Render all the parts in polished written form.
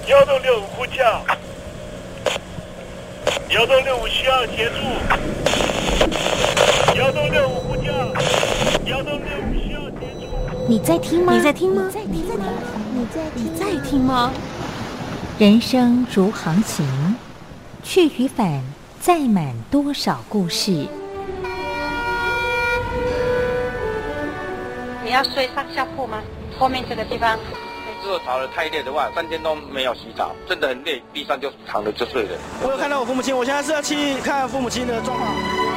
幺洞六五呼叫，幺洞六五需要协助，幺洞六五呼叫，幺洞六五需要协助。 你在听吗？ 你在听吗？ 你在听吗？ 人生如航行，去与返，载满多少故事。 你要睡上下铺吗？后面这个地方。 如果吵得太累的话，3天都没有洗澡，真的很累，地上就躺着就睡了。 我有看到我父母亲，我现在是要去看父母亲的状况。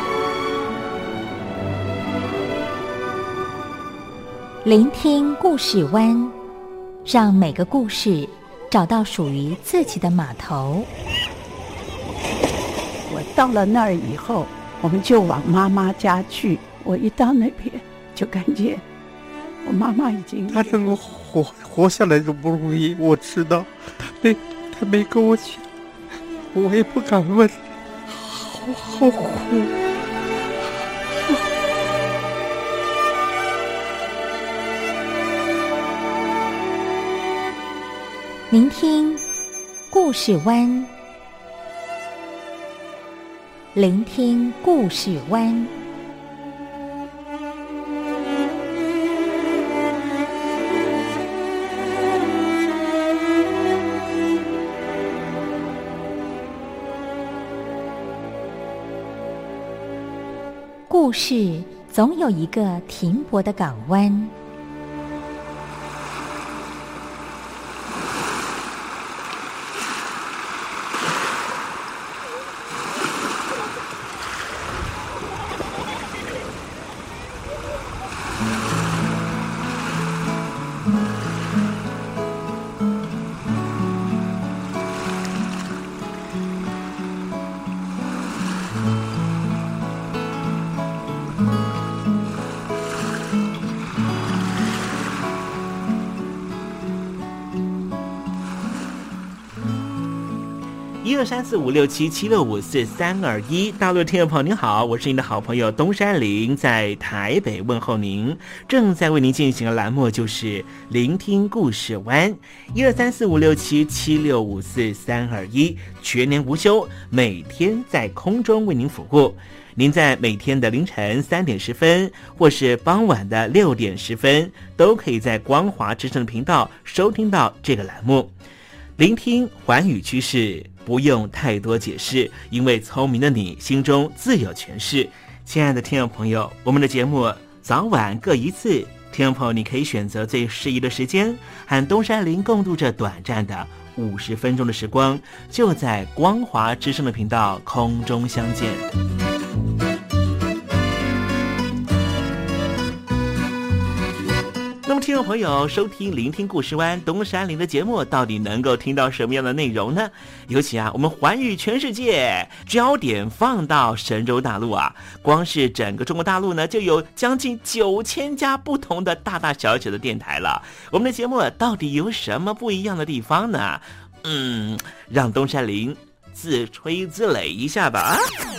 聆听故事湾，让每个故事找到属于自己的码头。 我到了那儿以后，我们就往妈妈家去。我一到那边，就感觉我妈妈已经， 她能够活下来都不容易，我知道，她没跟我讲，我也不敢问，好苦。 聆听故事湾，聆听故事湾。故事总有一个停泊的港湾。 12345677654-321，大陆的听众朋友您好，我是您的好朋友东山林，在台北问候您。正在为您进行的栏目就是聆听故事湾，12345677654-321，全年无休，每天在空中为您服务。您在每天的凌晨3点10分，或是傍晚的6点10分，都可以在光华之声的频道收听到这个栏目。聆听寰宇趋势，不用太多解释，因为聪明的你心中自有诠释。亲爱的听众朋友，我们的节目早晚各一次，听众朋友你可以选择最适宜的时间，和东山林共度这短暂的50分钟的时光，就在光华之声的频道空中相见。那么听众朋友收听聆听故事湾东山林的节目，到底能够听到什么样的内容呢？尤其我们寰宇全世界，焦点放到神州大陆光是整个中国大陆呢，就有将近9000家不同的大大小小的电台了。我们的节目到底有什么不一样的地方呢？让东山林自吹自擂一下吧。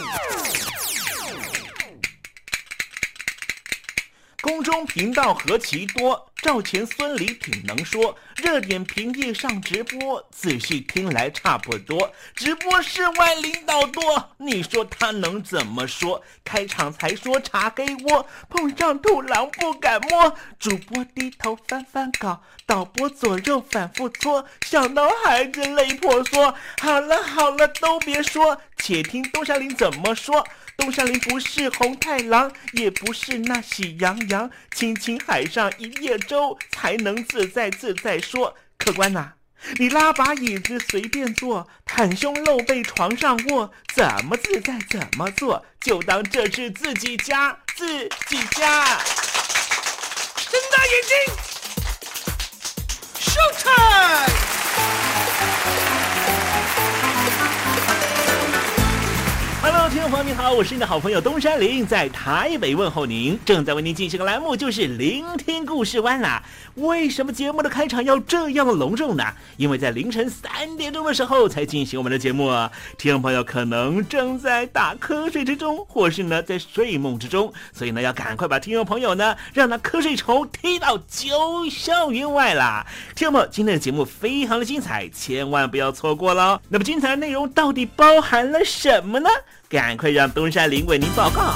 空中频道何其多，赵钱孙李挺能说，热点平地上直播，仔细听来差不多。直播室外领导多，你说他能怎么说？开场才说茶黑窝，碰上土狼不敢摸。主播低头翻翻稿，导播左右反复搓，想到孩子泪婆娑。好了好了，都别说，且听东山林怎么说。东山林不是红太狼，也不是那喜羊羊，亲亲海上一叶舟，才能自在自在说。客官你拉把椅子随便坐，袒胸露背床上卧，怎么自在怎么做，就当这是自己家，自己家。睁大眼睛 ，Showtime！Hello， 听众众朋友您好，我是你的好朋友东山林，在台北问候您。正在为您进行的栏目就是聆听故事湾啦。为什么节目的开场要这样的隆重呢？因为在凌晨3点钟的时候才进行我们的节目啊。听众朋友可能正在打瞌睡之中，或是呢在睡梦之中，所以呢要赶快把听众朋友呢让那瞌睡虫踢到9校园外啦。听众朋友，今天的节目非常的精彩，千万不要错过了。那么精彩的内容到底包含了什么呢？赶快让东山林为您报告。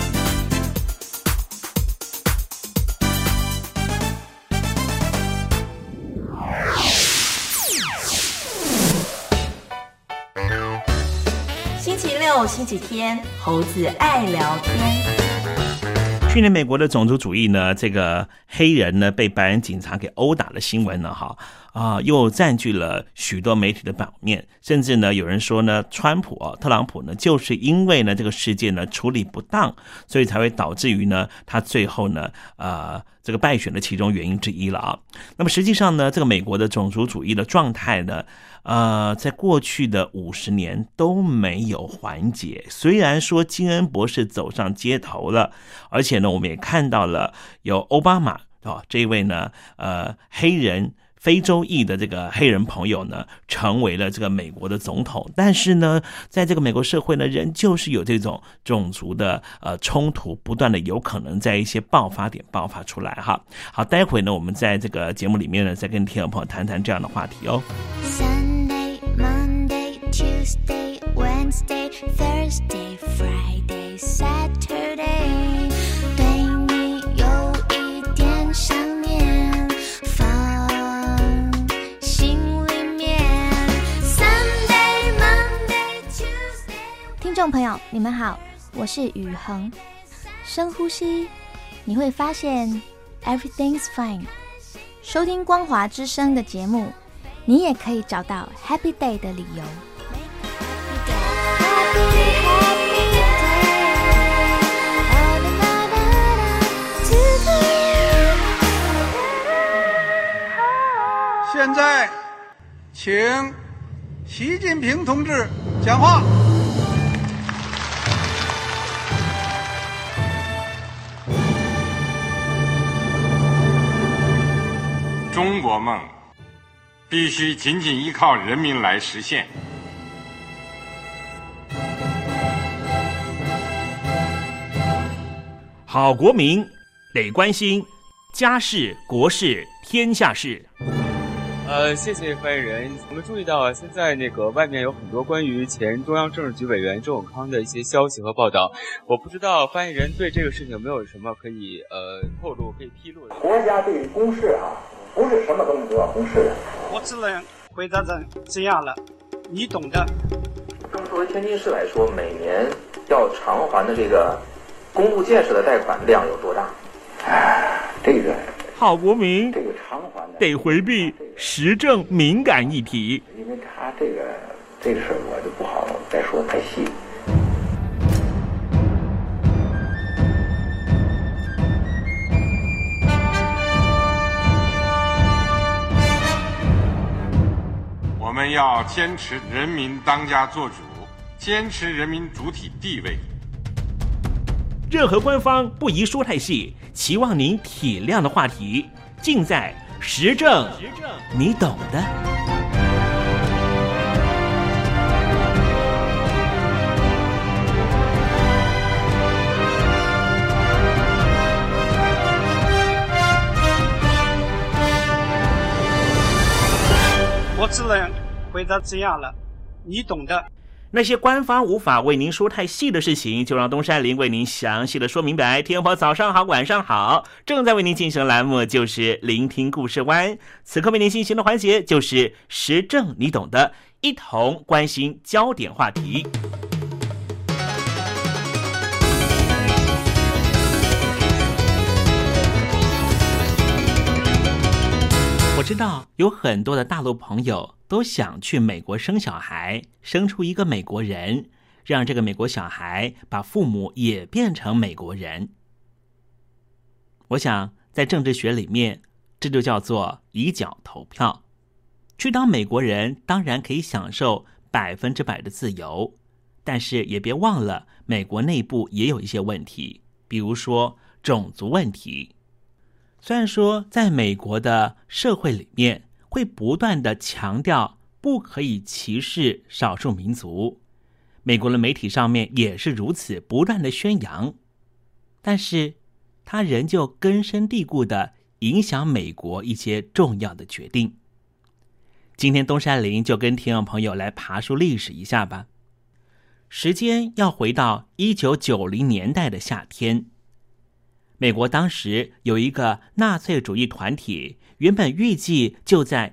星期六、星期天，猴子爱聊天。 去年美国的种族主义呢，这个黑人呢被白人警察给殴打的新闻呢，又占据了许多媒体的版面，甚至呢有人说呢，特朗普呢就是因为呢这个事件呢处理不当，所以才会导致于呢他最后呢这个败选的其中原因之一了啊。那么实际上呢，这个美国的种族主义的状态呢，在过去的50年都没有缓解。虽然说金恩博士走上街头了，而且呢我们也看到了有奥巴马这一位呢非洲裔的这个黑人朋友呢，成为了这个美国的总统，但是呢，在这个美国社会呢，仍旧是有这种种族的冲突，不断的有可能在一些爆发点爆发出来哈。好，待会呢，我们在这个节目里面呢，再跟听众朋友谈谈这样的话题哦。 Sunday, Monday, Tuesday, Wednesday, Thursday, Friday, Saturday， 对你有一点想念。 听众朋友你们好，我是宇恒。深呼吸，你会发现 everything's fine。 收听光华之声的节目，你也可以找到 happy day 的理由。 现在请习近平同志讲话。 中国梦必须紧紧依靠人民来实现。 好国民得关心家事、国事、天下事。 谢谢发言人。我们注意到现在外面有很多关于前中央政治局委员周永康的一些消息和报道。我不知道发言人对这个事情有没有什么可以透露、可以披露的。 国家对于公事不是什么东西都要公示的。 我只能回答这样了，你懂的。 作为天津市来说，每年要偿还的这个公路建设的贷款量有多大？这个好国民这个偿还的得回避时政敏感议题， 因为他这个事儿我就不好再说太细。 我们要坚持人民当家作主，坚持人民主体地位。 任何官方不宜说太细，期望您体谅的话题，尽在时政，你懂的。 我只能回答这样了，你懂的。 那些官方无法为您说太细的事情，就让东山林为您详细的说明白。天婆早上好，晚上好，正在为您进行的栏目就是聆听故事湾，此刻为您进行的环节就是时政你懂的，一同关心焦点话题。我知道有很多的大陆朋友都想去美国生小孩，生出一个美国人，让这个美国小孩把父母也变成美国人。我想在政治学里面，这就叫做以脚投票。去当美国人当然可以享受100%的自由， 但是也别忘了，美国内部也有一些问题，比如说种族问题。虽然说在美国的社会里面会不断的强调不可以歧视少数民族，美国的媒体上面也是如此不断的宣扬，但是它仍旧根深蒂固的影响美国一些重要的决定。今天东山林就跟听众朋友来爬梳历史一下吧。时间要回到1990年代的夏天，美国当时有一个纳粹主义团体，原本预计就在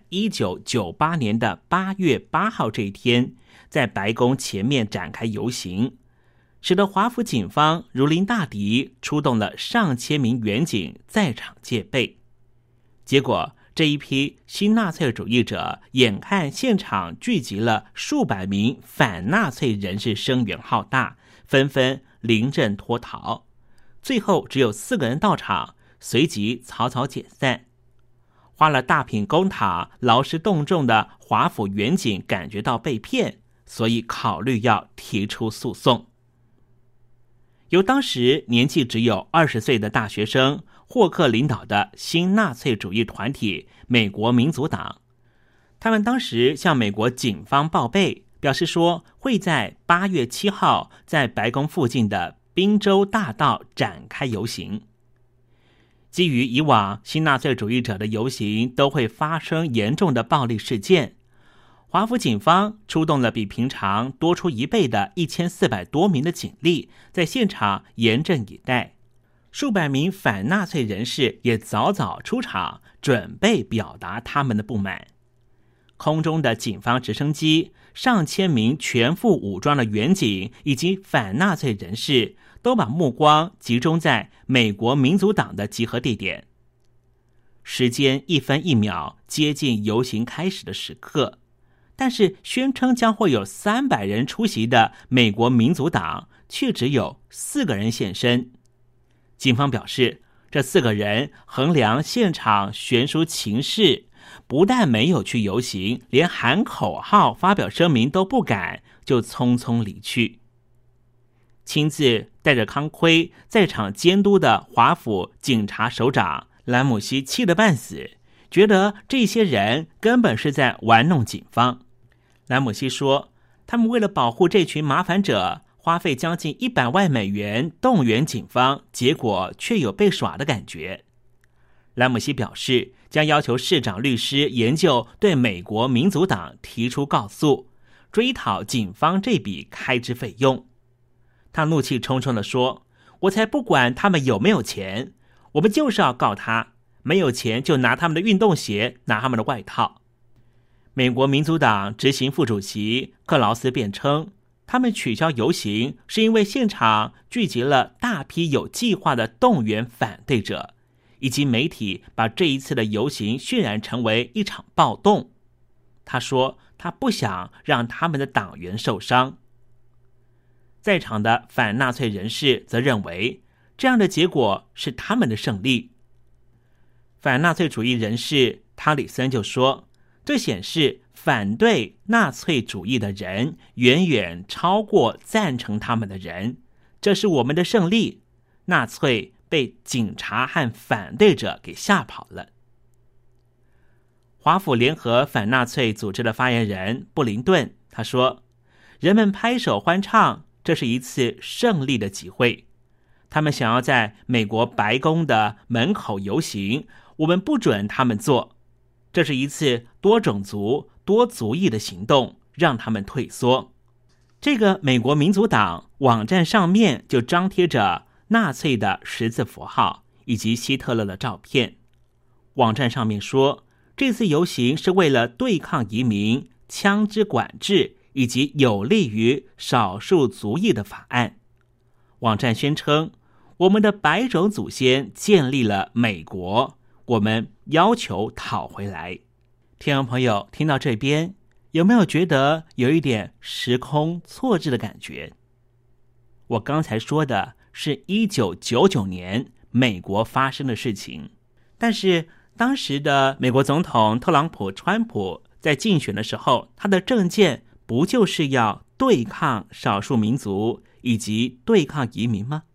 1998年的8月8号这一天，在白宫前面展开游行，使得华府警方如临大敌，出动了上千名员警在场戒备。结果这一批新纳粹主义者眼看现场聚集了数百名反纳粹人士，声援浩大，纷纷临阵脱逃，最后只有4个人到场，随即草草解散。花了大品公帑劳师动众的华府员警感觉到被骗，所以考虑要提出诉讼。由当时年纪只有20岁的大学生霍克领导的新纳粹主义团体美国民族党，他们当时向美国警方报备，表示说会在8月7号在白宫附近的宾州大道展开游行。基于以往新纳粹主义者的游行都会发生严重的暴力事件，华府警方出动了比平常多出1倍的1400多名的警力，在现场严阵以待。数百名反纳粹人士也早早出场，准备表达他们的不满。空中的警方直升机、上千名全副武装的员警以及反纳粹人士都把目光集中在美国民族党的集合地点。时间1分1秒接近游行开始的时刻，但是宣称将会有300人出席的美国民族党却只有4个人现身。警方表示，这4个人衡量现场悬殊情势，不但没有去游行，连喊口号发表声明都不敢，就匆匆离去。亲自带着康盔在场监督的华府警察首长兰姆西气得半死，觉得这些人根本是在玩弄警方。兰姆西说，他们为了保护这群麻烦者，花费将近100万美元动员警方，结果却有被耍的感觉。兰姆西表示，将要求市长律师研究对美国民族党提出告诉，追讨警方这笔开支费用。他怒气冲冲地说，我才不管他们有没有钱，我们就是要告他，没有钱就拿他们的运动鞋，拿他们的外套。美国民族党执行副主席克劳斯辩称，他们取消游行是因为现场聚集了大批有计划的动员反对者，以及媒体把这一次的游行渲染成为一场暴动。他说他不想让他们的党员受伤。在场的反纳粹人士则认为，这样的结果是他们的胜利。反纳粹主义人士塔里森就说，这显示反对纳粹主义的人远远超过赞成他们的人，这是我们的胜利。纳粹被警察和反对者给吓跑了。华府联合反纳粹组织的发言人布林顿他说，人们拍手欢唱，这是一次胜利的集会。他们想要在美国白宫的门口游行，我们不准他们做。这是一次多种族、多族裔的行动，让他们退缩。这个美国民族党网站上面就张贴着纳粹的十字符号以及希特勒的照片。网站上面说，这次游行是为了对抗移民、枪支管制以及有利于少数族裔的法案。网站宣称，我们的白种祖先建立了美国，我们要求讨回来。听众朋友听到这边，有没有觉得有一点时空错置的感觉？我刚才说的是1999年美国发生的事情，但是当时的美国总统特朗普川普在竞选的时候，他的政见不就是要对抗少数民族以及对抗移民吗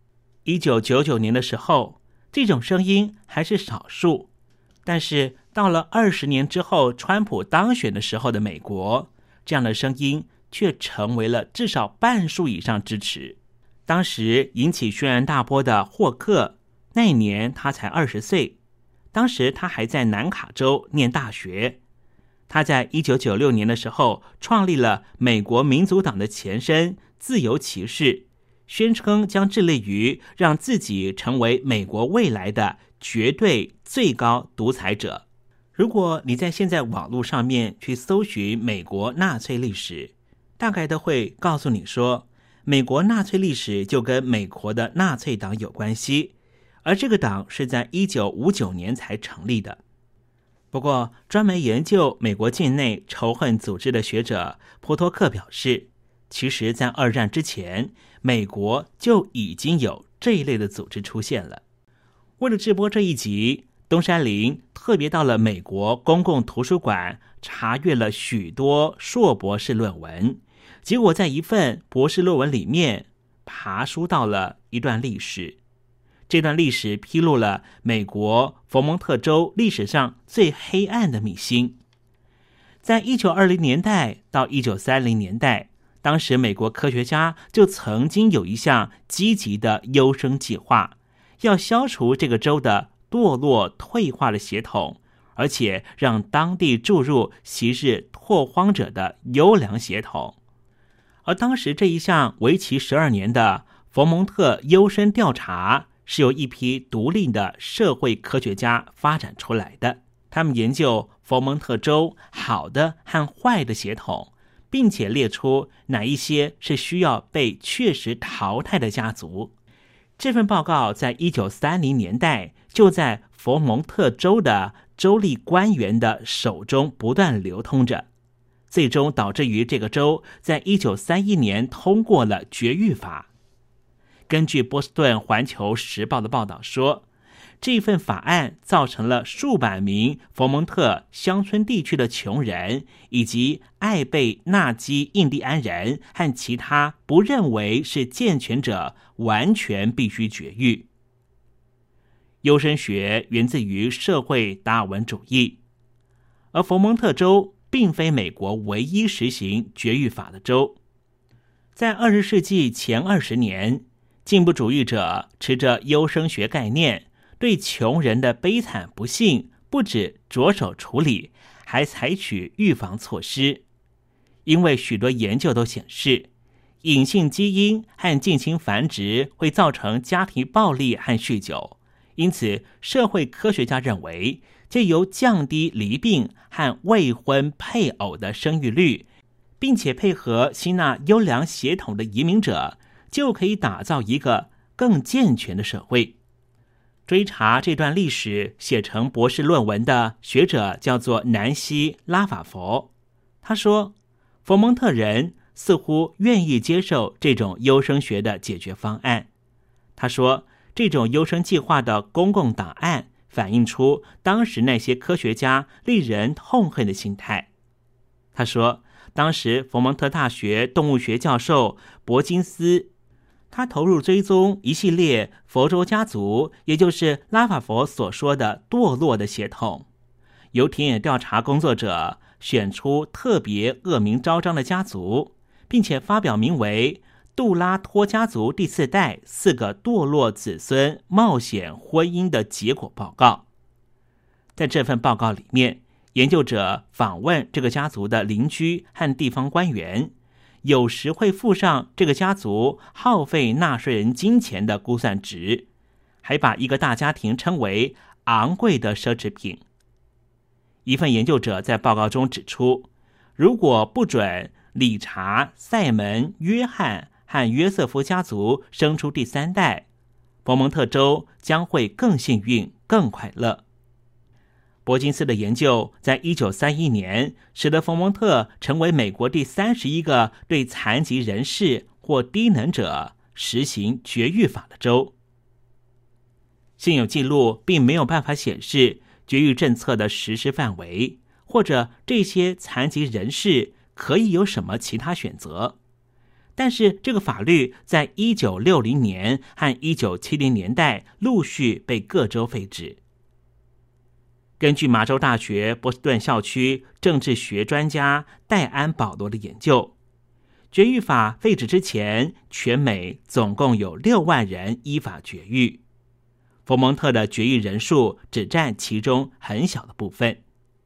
？1999年的时候，这种声音还是少数，但是到了20年之后，川普当选的时候的美国，这样的声音却成为了至少半数以上支持。当时引起轩然大波的霍克，那一年他才20岁，当时他还在南卡州念大学。他在1996年的时候创立了美国民主党的前身自由骑士，宣称将致力于让自己成为美国未来的绝对最高独裁者。如果你在现在网络上面去搜寻美国纳粹历史，大概都会告诉你说，美国纳粹历史就跟美国的纳粹党有关系，而这个党是在1959年才成立的。不过，专门研究美国境内仇恨组织的学者波托克表示，其实在二战之前，美国就已经有这一类的组织出现了。为了直播这一集，东山林特别到了美国公共图书馆，查阅了许多硕博士论文，结果在一份博士论文里面爬书到了一段历史。这段历史披露了美国佛蒙特州历史上最黑暗的秘辛。在1920年代到1930年代，当时美国科学家就曾经有一项积极的优生计划，要消除这个州的堕落退化的血统，而且让当地注入昔日拓荒者的优良血统。而当时这一项为期12年的佛蒙特优生调查是由一批独立的社会科学家发展出来的。他们研究佛蒙特州好的和坏的血统，并且列出哪一些是需要被确实淘汰的家族。这份报告在1930年代就在佛蒙特州的州立官员的手中不断流通着，最终导致于这个州在1931年通过了绝育法。根据波士顿环球时报的报道说，这份法案造成了数百名佛蒙特乡村地区的穷人以及艾贝纳基印第安人和其他不认为是健全者完全必须绝育。优生学源自于社会达尔文主义，而佛蒙特州并非美国唯一实行绝育法的州。在20世纪前20年，进步主义者持着优生学概念，对穷人的悲惨不幸不止着手处理，还采取预防措施。因为许多研究都显示，隐性基因和近亲繁殖会造成家庭暴力和酗酒，因此社会科学家认为，藉由降低离病和未婚配偶的生育率，并且配合吸纳优良血统的移民者，就可以打造一个更健全的社会。追查这段历史写成博士论文的学者叫做南希·拉法佛，他说，佛蒙特人似乎愿意接受这种优生学的解决方案。他说，这种优生计划的公共档案反映出当时那些科学家令人痛恨的心态。他说，当时佛蒙特大学动物学教授伯金斯，他投入追踪一系列佛州家族，也就是拉法佛所说的堕落的血统。由田野调查工作者选出特别恶名昭彰的家族，并且发表名为杜拉托家族第4代4个堕落子孙冒险婚姻的结果报告。在这份报告里面，研究者访问这个家族的邻居和地方官员，有时会附上这个家族耗费纳税人金钱的估算值，还把一个大家庭称为昂贵的奢侈品。一份研究者在报告中指出，如果不准理查、塞门、约翰和约瑟夫家族生出第3代，佛蒙特州将会更幸运、更快乐。伯金斯的研究在1931年使得佛蒙特成为美国第31个对残疾人士或低能者实行绝育法的州。现有记录并没有办法显示绝育政策的实施范围，或者这些残疾人士可以有什么其他选择。 但是这个法律在1960年和1970年代陆续被各州废止。根据麻州大学波士顿校区政治学专家戴安·保罗的研究，绝育法废止之前，全美总共有6万人依法绝育，佛蒙特的绝育人数只占其中很小的部分。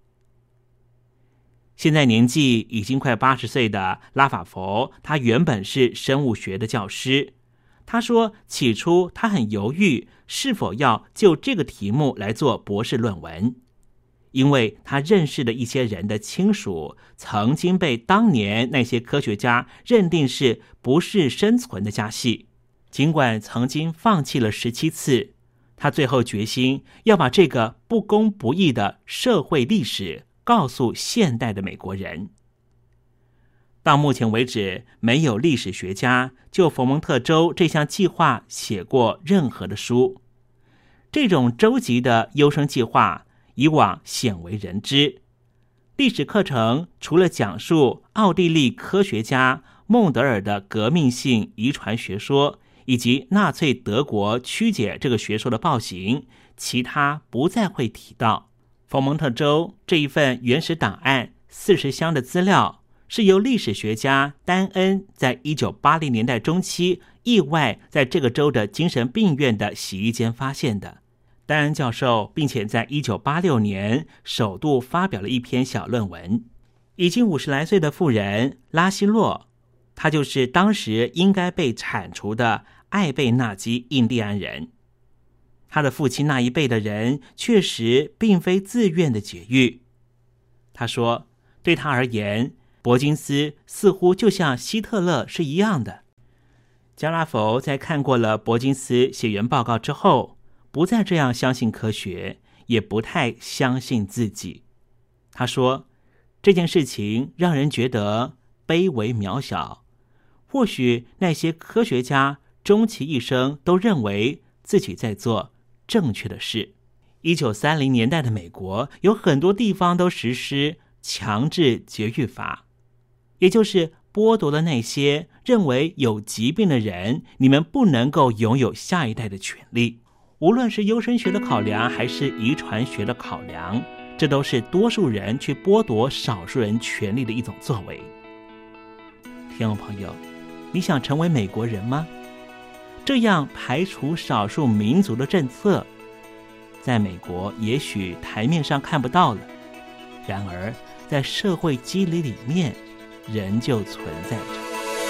现在年纪已经快80岁的拉法佛，他原本是生物学的教师。他说，起初他很犹豫是否要就这个题目来做博士论文，因为他认识的一些人的亲属曾经被当年那些科学家认定是不适生存的家系。尽管曾经放弃了17次，他最后决心要把这个不公不义的社会历史告诉现代的美国人。到目前为止，没有历史学家就佛蒙特州这项计划写过任何的书。这种州级的优生计划以往鲜为人知。历史课程除了讲述奥地利科学家孟德尔的革命性遗传学说，以及纳粹德国曲解这个学说的暴行，其他不再会提到。佛蒙特州这一份原始档案40箱的资料，是由历史学家丹恩在1980年代中期意外在这个州的精神病院的洗衣间发现的。丹恩教授并且在1986年首度发表了一篇小论文。已经50来岁的妇人拉希洛，他就是当时应该被铲除的艾贝纳基印第安人。他的父亲那一辈的人确实并非自愿的绝育。他说，对他而言，伯金斯似乎就像希特勒是一样的。加拉佛在看过了伯金斯血缘报告之后，不再这样相信科学，也不太相信自己。他说，这件事情让人觉得卑微渺小。或许那些科学家终其一生都认为自己在做正确的事。1930年代的美国有很多地方都实施强制绝育法，也就是剥夺了那些认为有疾病的人，你们不能够拥有下一代的权利。无论是优生学的考量还是遗传学的考量，这都是多数人去剥夺少数人权利的一种作为。听众朋友，你想成为美国人吗？这样排除少数民族的政策，在美国也许台面上看不到了，然而在社会机理里面仍旧存在着。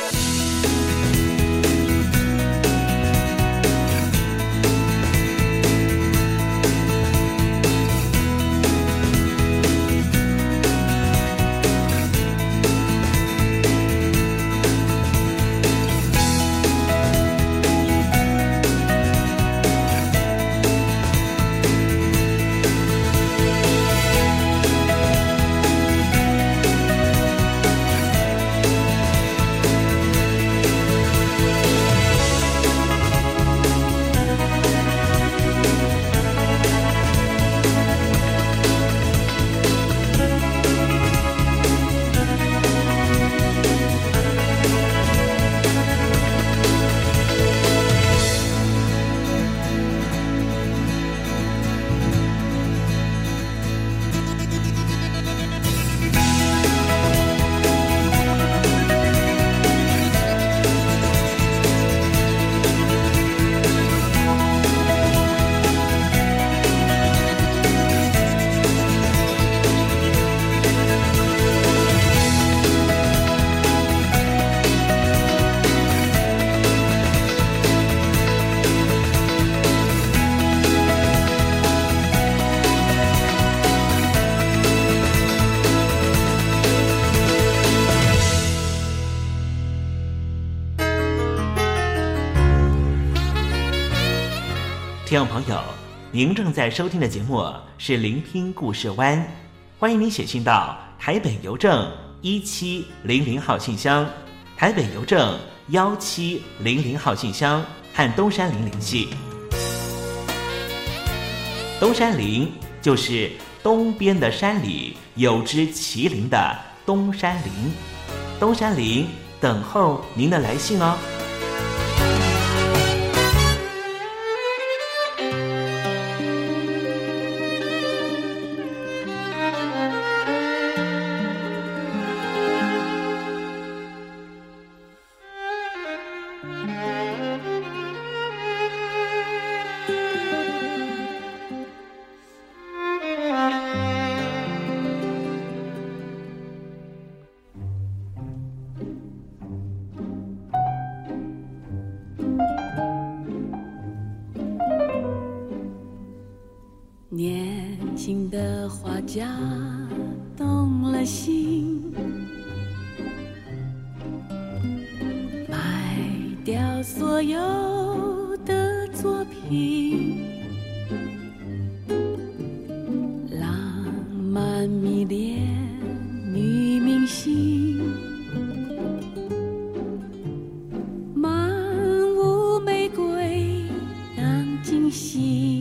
听众朋友，您正在收听的节目是聆听故事湾，欢迎您写信到台北邮政1700号信箱，台北邮政1700号信箱，和东山林联系。东山林就是东边的山里有只麒麟的东山林，东山林等候您的来信哦。 年轻的画家动了心，卖掉所有的作品，浪漫迷恋女明星，满屋玫瑰当惊喜，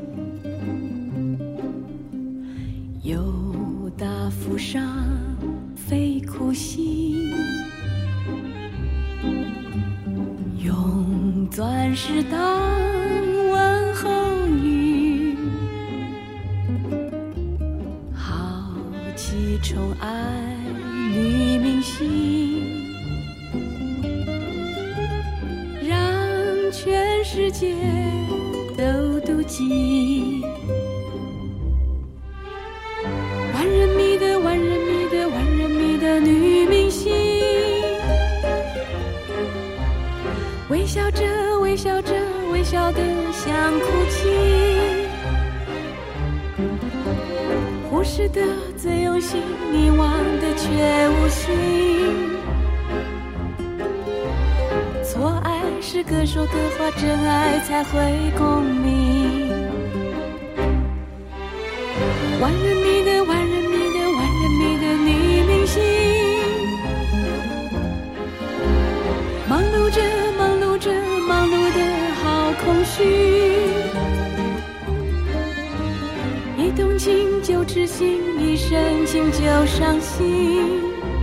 又大幅上费苦心，用钻石当问候语，好奇宠爱女明星，让全世界都妒忌。万人迷的万人迷的万人迷的女明星，微笑着微笑着微笑得像哭泣，忽视的最用心，迷惘的却无心，错爱是各说各话，真爱才会共鸣。万人迷的万人迷的万人迷的女明星，忙碌着忙碌着忙碌的好空虚，一动情就痴心，一生情就伤心，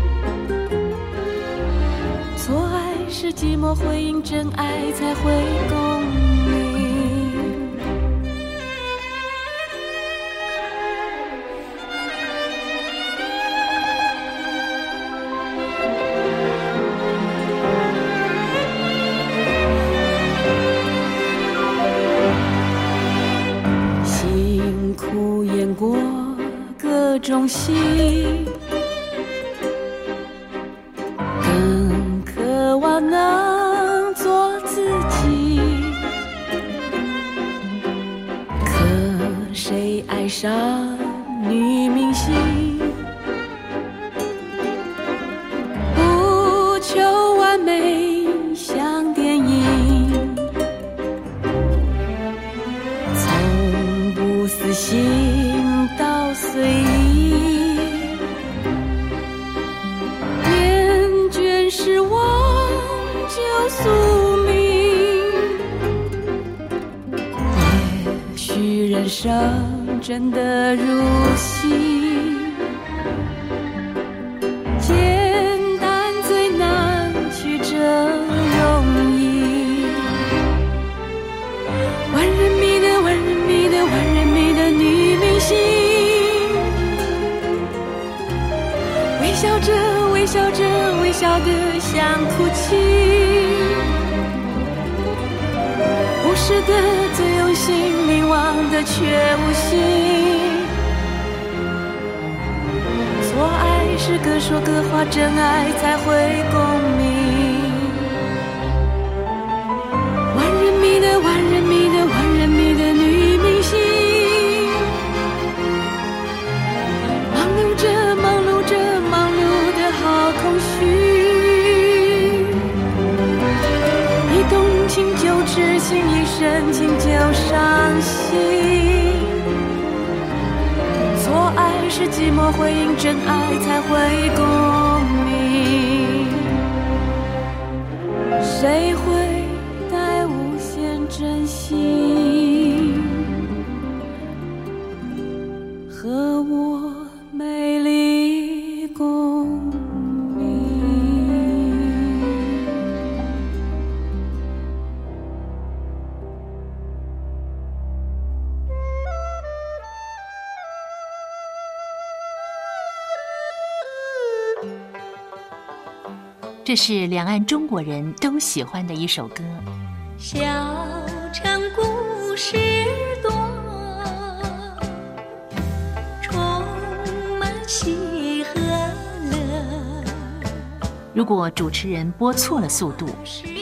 错爱是寂寞回应，真爱才会共鸣。辛苦演过各种戏，更渴望能做自己，可谁爱上女明星，不求完美像电影，从不死心到随意，厌倦失望就宿命，也许人生真的如戏，简单最难，曲折容易。万人迷的万人迷的万人迷的女明星，微笑着微笑着微笑得像哭泣，忽视的最用心，迷惘的却无心，错爱是各说各话，真爱才会共鸣。万人迷的万人迷的万人迷的女明星，忙碌着忙碌着忙碌的好空虚，一动情就痴心，一生情就伤心，错爱是寂寞回应，真爱才会共鸣。谁会带无限真心和我美丽共鸣？ 这是两岸中国人都喜欢的一首歌。 小城故事多，充满喜和乐。 如果主持人播错了速度，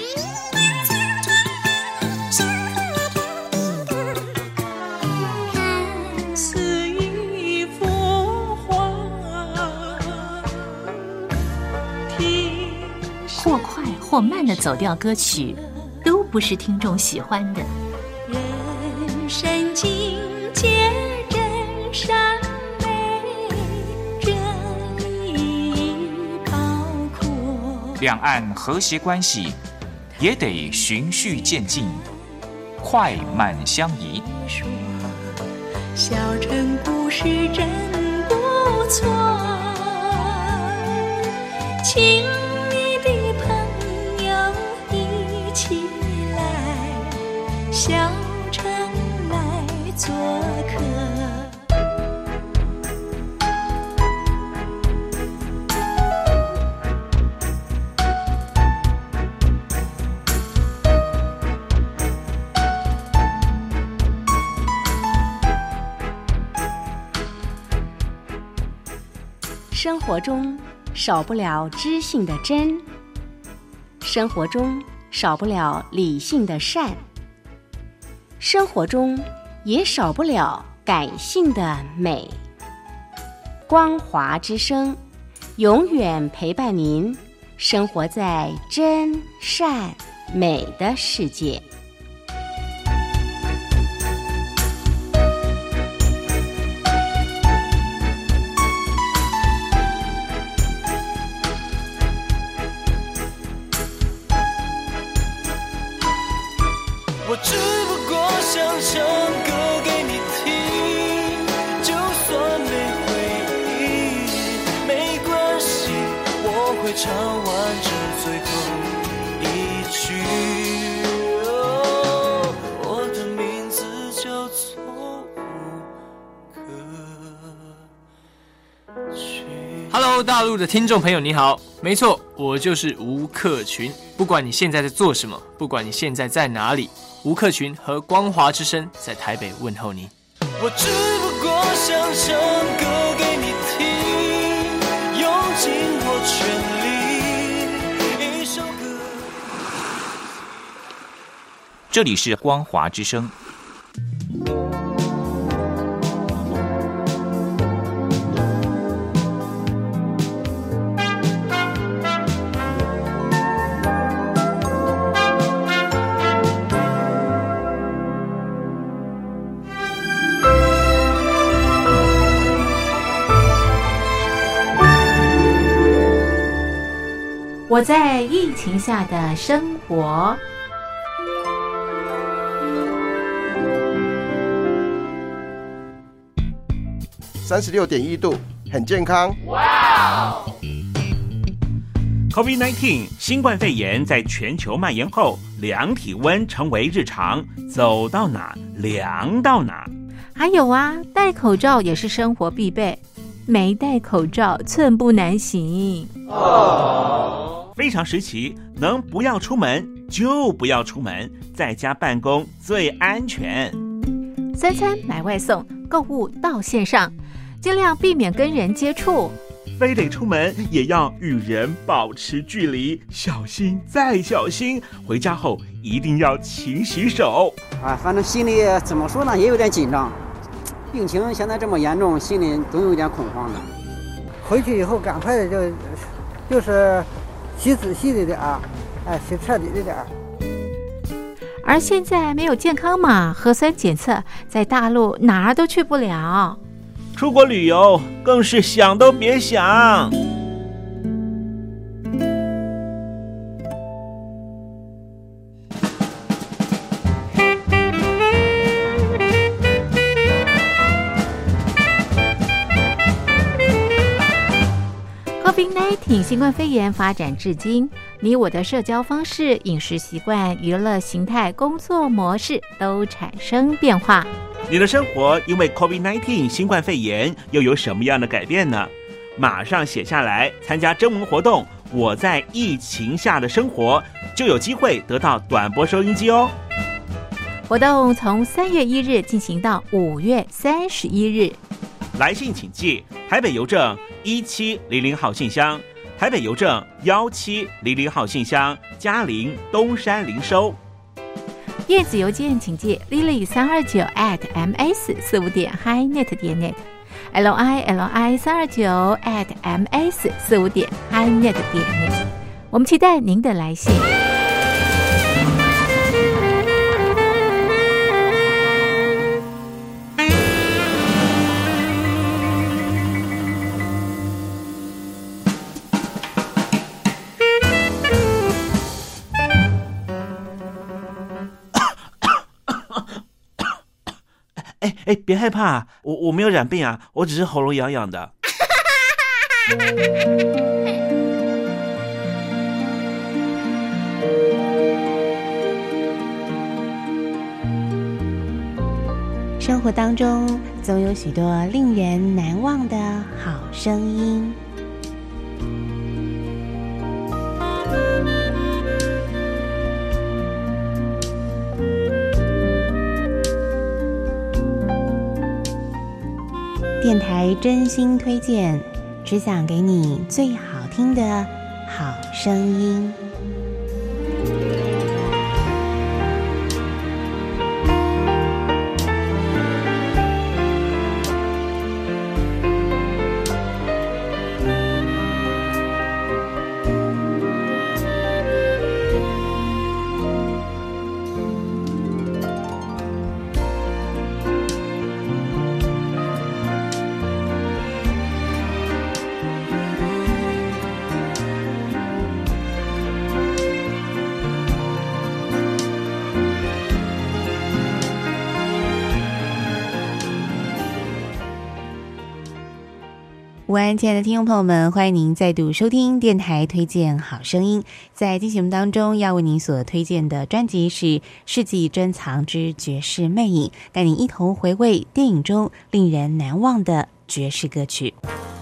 看似一幅画， 或快或慢的走调歌曲，都不是听众喜欢的。 人生境界真善美，这一包括。 两岸和谐关系也得循序渐进，快慢相宜。 小城故事真不错，请你的朋友一起来小城来做客。 生活中少不了知性的真，生活中少不了理性的善，生活中也少不了感性的美。光华之声永远陪伴您，生活在真善美的世界。 我只不过想唱歌给你听，就算没回应没关系，我会唱完这最后一句。我的名字叫做吴克群。Hello， 大陆的听众朋友你好，没错，我就是吴克群。不管你现在在做什么，不管你现在在哪里，吴克群和光华之声在台北问候你。我只不过想唱歌给你听，用尽我全力，一首歌。 这里是光华之声。 我在疫情下的生活。 36.1度，很健康。 哇！COVID-19 新冠肺炎在全球蔓延后，量体温成为日常，走到哪量到哪。 还有啊，戴口罩也是生活必备，没戴口罩寸步难行。 非常时期，能不要出门就不要出门，在家办公最安全。 三餐买外送，购物到线上，尽量避免跟人接触。 非得出门也要与人保持距离，小心再小心。回家后一定要勤洗手。 反正心里怎么说呢，也有点紧张。病情现在这么严重，心里总有点恐慌的。 回去以后赶快的就是洗仔细的点儿，洗彻底的点儿。 而现在没有健康码、核酸检测，在大陆哪儿都去不了。 出国旅游更是想都别想。 COVID-19 新冠肺炎发展至今，你我的社交方式、饮食习惯、娱乐形态、工作模式都产生变化。 你的生活因为 COVID-19 新冠肺炎又有什么样的改变呢？马上写下来，参加征文活动， 我在疫情下的生活，就有机会得到短波收音机哦。 活动从3月1日进行到5月31日。 来信请寄台北邮政1700号信箱，台北邮政1700号信箱，嘉陵东山零收。 电子邮件请寄 lily329@ms45.highnet.net lili329@ms45.highnet.net。我们期待您的来信。 别害怕，我没有染病啊，我只是喉咙痒痒的。 生活当中总有许多令人难忘的好声音。电台真心推荐，只想给你最好听的好声音。午安，亲爱的听众朋友们，欢迎您再度收听电台推荐好声音。在今天节目当中，要为您所推荐的专辑是《世纪珍藏之爵士魅影》，带您一同回味电影中令人难忘的爵士歌曲。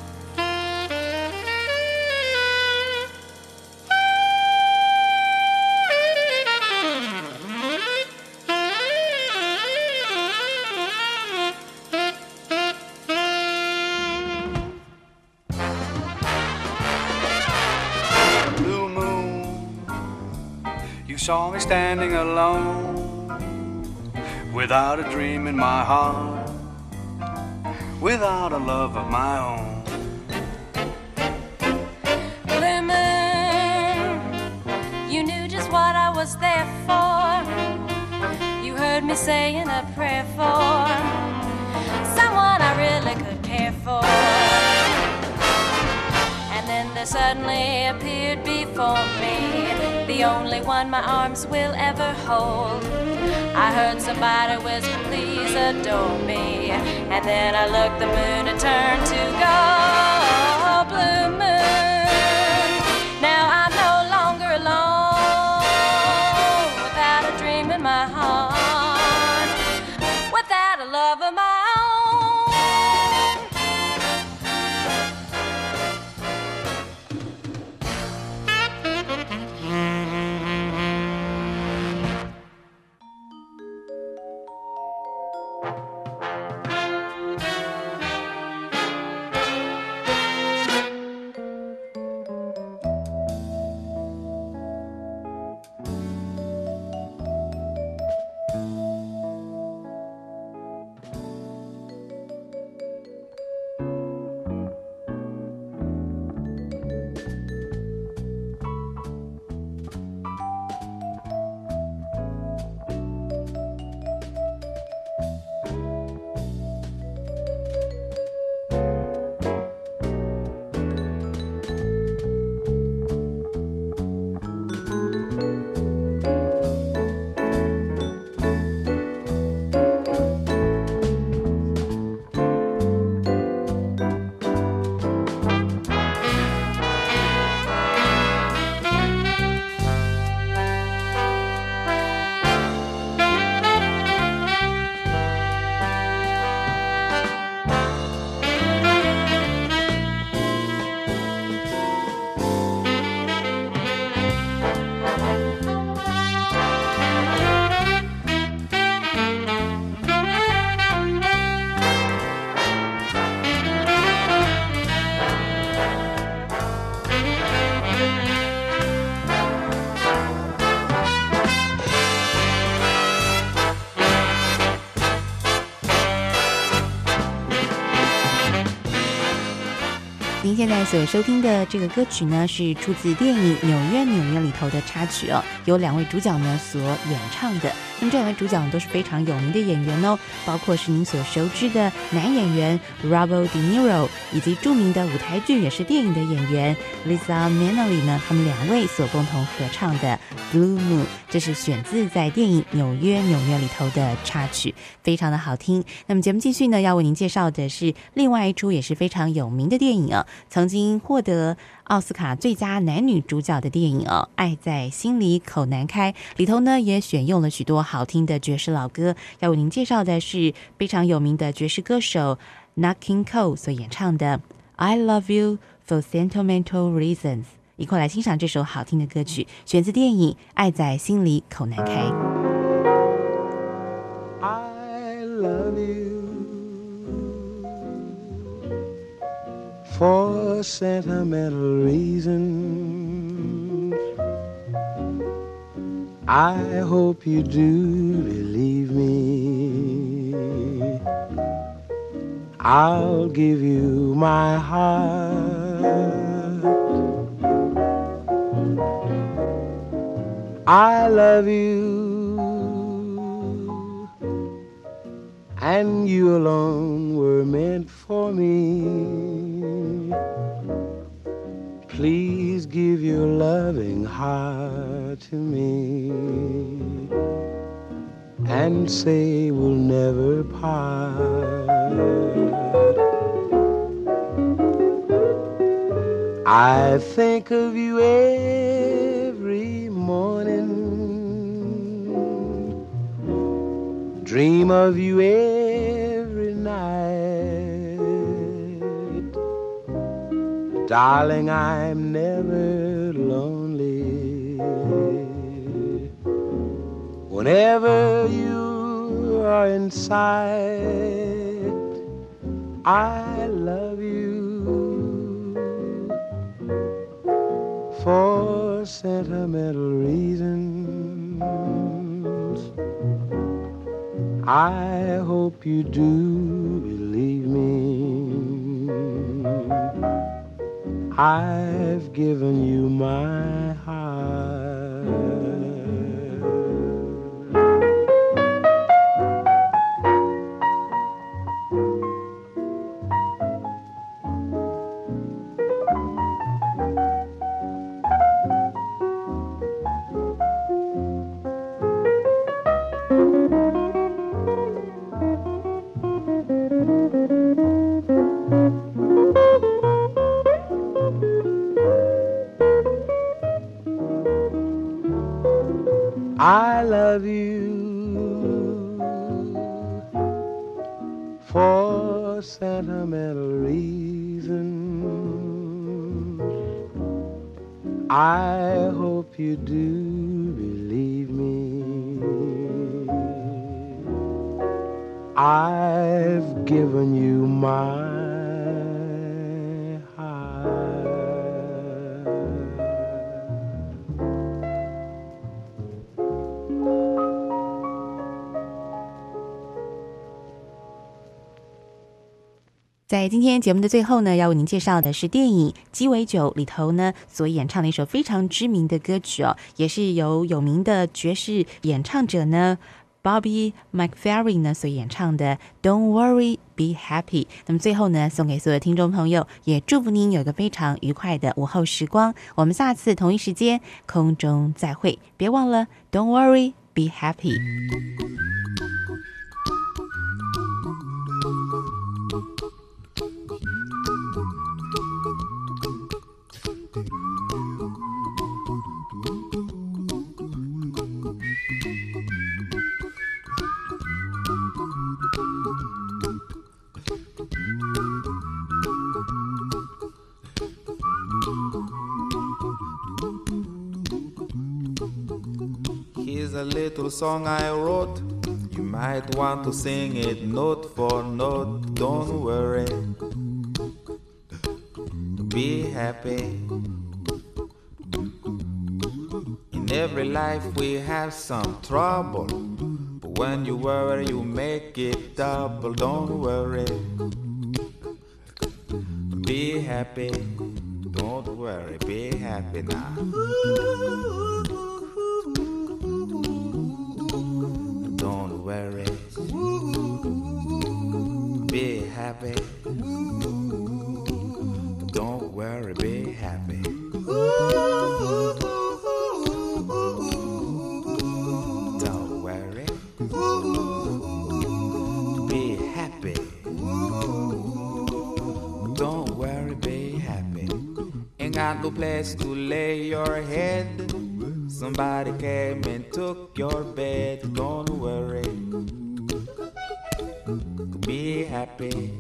Saw me standing alone, without a dream in my heart, without a love of my own. Blue moon, you knew just what I was there for. You heard me saying a prayer for someone I really could care for. And then there suddenly appeared before me the only one my arms will ever hold. I heard somebody whisper, please adore me. And then I looked, the moon had turned to gold. Blue moon, now I'm no longer alone, without a dream in my heart, without a love of my own. 在所收听的这个歌曲呢，是出自电影《纽约纽约》里头的插曲哦，由两位主角呢所演唱的。那么这两位主角都是非常有名的演员哦，包括是您所熟知的男演员 Robert De Niro， 以及著名的舞台剧也是电影的演员 Liza Minnelli 呢，他们两位所共同合唱的 Blue Moon， 这是选自在电影《纽约纽约》里头的插曲，非常的好听。那么节目继续呢，要为您介绍的是另外一出也是非常有名的电影啊，曾经获得奥斯卡最佳男女主角的电影哦，《爱在心里口难开》里头呢也选用了许多好听的爵士老歌，要为您介绍的是非常有名的爵士歌手 Nat King Cole 所演唱的 I Love You for Sentimental Reasons， 一块来欣赏这首好听的歌曲，选自电影《爱在心里口难开》。 I love you for sentimental reasons. I hope you do believe me. I'll give you my heart. I love you, and you alone were meant for me. Please give your loving heart to me and say we'll never part. I think of you every morning, dream of you every night. Darling, I'm never lonely whenever you are in sight. I love you for sentimental reasons. I hope you do believe me. I've given you my heart. I love you for sentimental reasons. I hope you do believe me. I've given you my 在今天节目的最后呢，要为您介绍的是电影《鸡尾酒》里头呢所演唱的一首非常知名的歌曲哦，也是由有名的爵士演唱者呢 Bobby McFerrin 呢所演唱的 Don't Worry Be Happy。 那么最后呢，送给所有听众朋友，也祝福您有一个非常愉快的午后时光。我们下次同一时间空中再会，别忘了 Don't Worry Be Happy。 Here's a little song I wrote. You might want to sing it note for note. Don't worry, be happy. In every life we have some trouble, but when you worry you make it double. Don't worry, be happy. Don't worry, be happy now. Don't worry, be happy. Don't worry, be happy. Don't worry, be happy. Don't worry, be happy. Ain't got no place to lay your head. Somebody came and took your bed. Don't worry, be happy.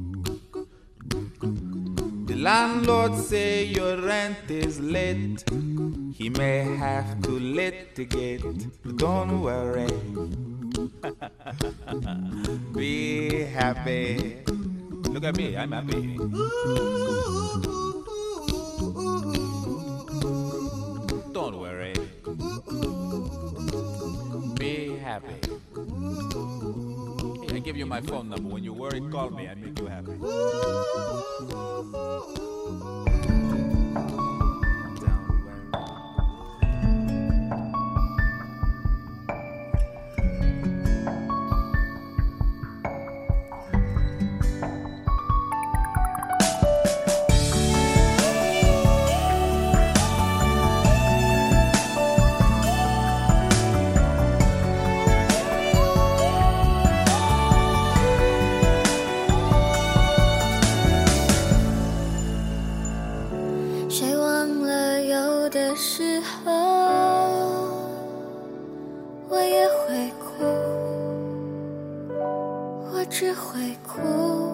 The landlord say your rent is late. He may have to litigate. Don't worry, be happy. Look at me, I'm happy. Don't worry, be happy. Hey, I give you my phone number. When you're worried, call me. I make you happy. 谁忘了有的时候我也会哭，我只会哭。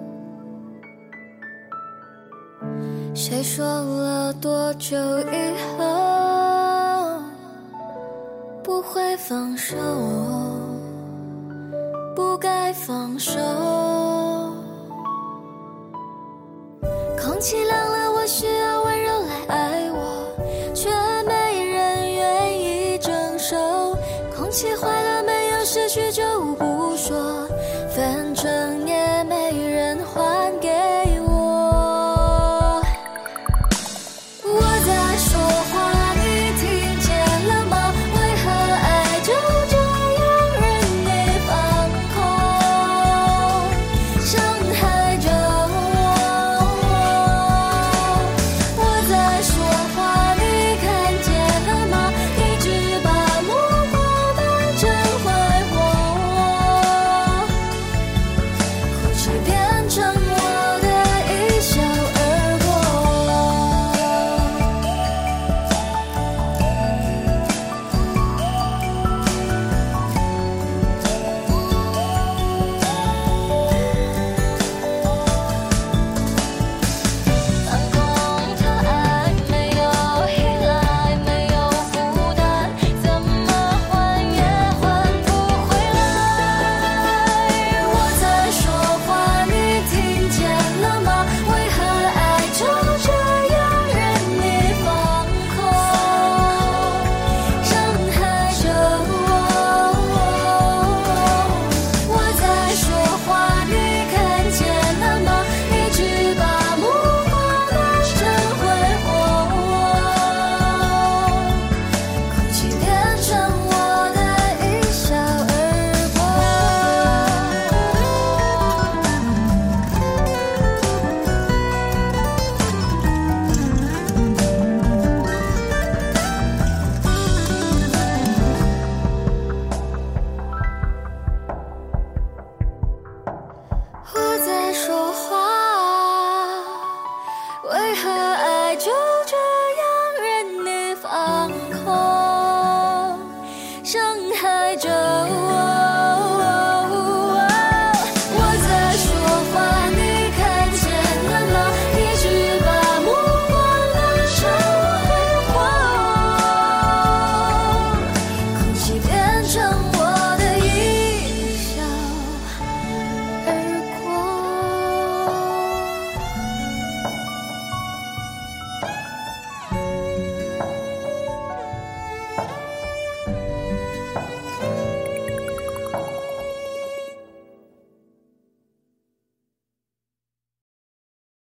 谁说了多久以后不会放手，不该放手。空气凉了，我需要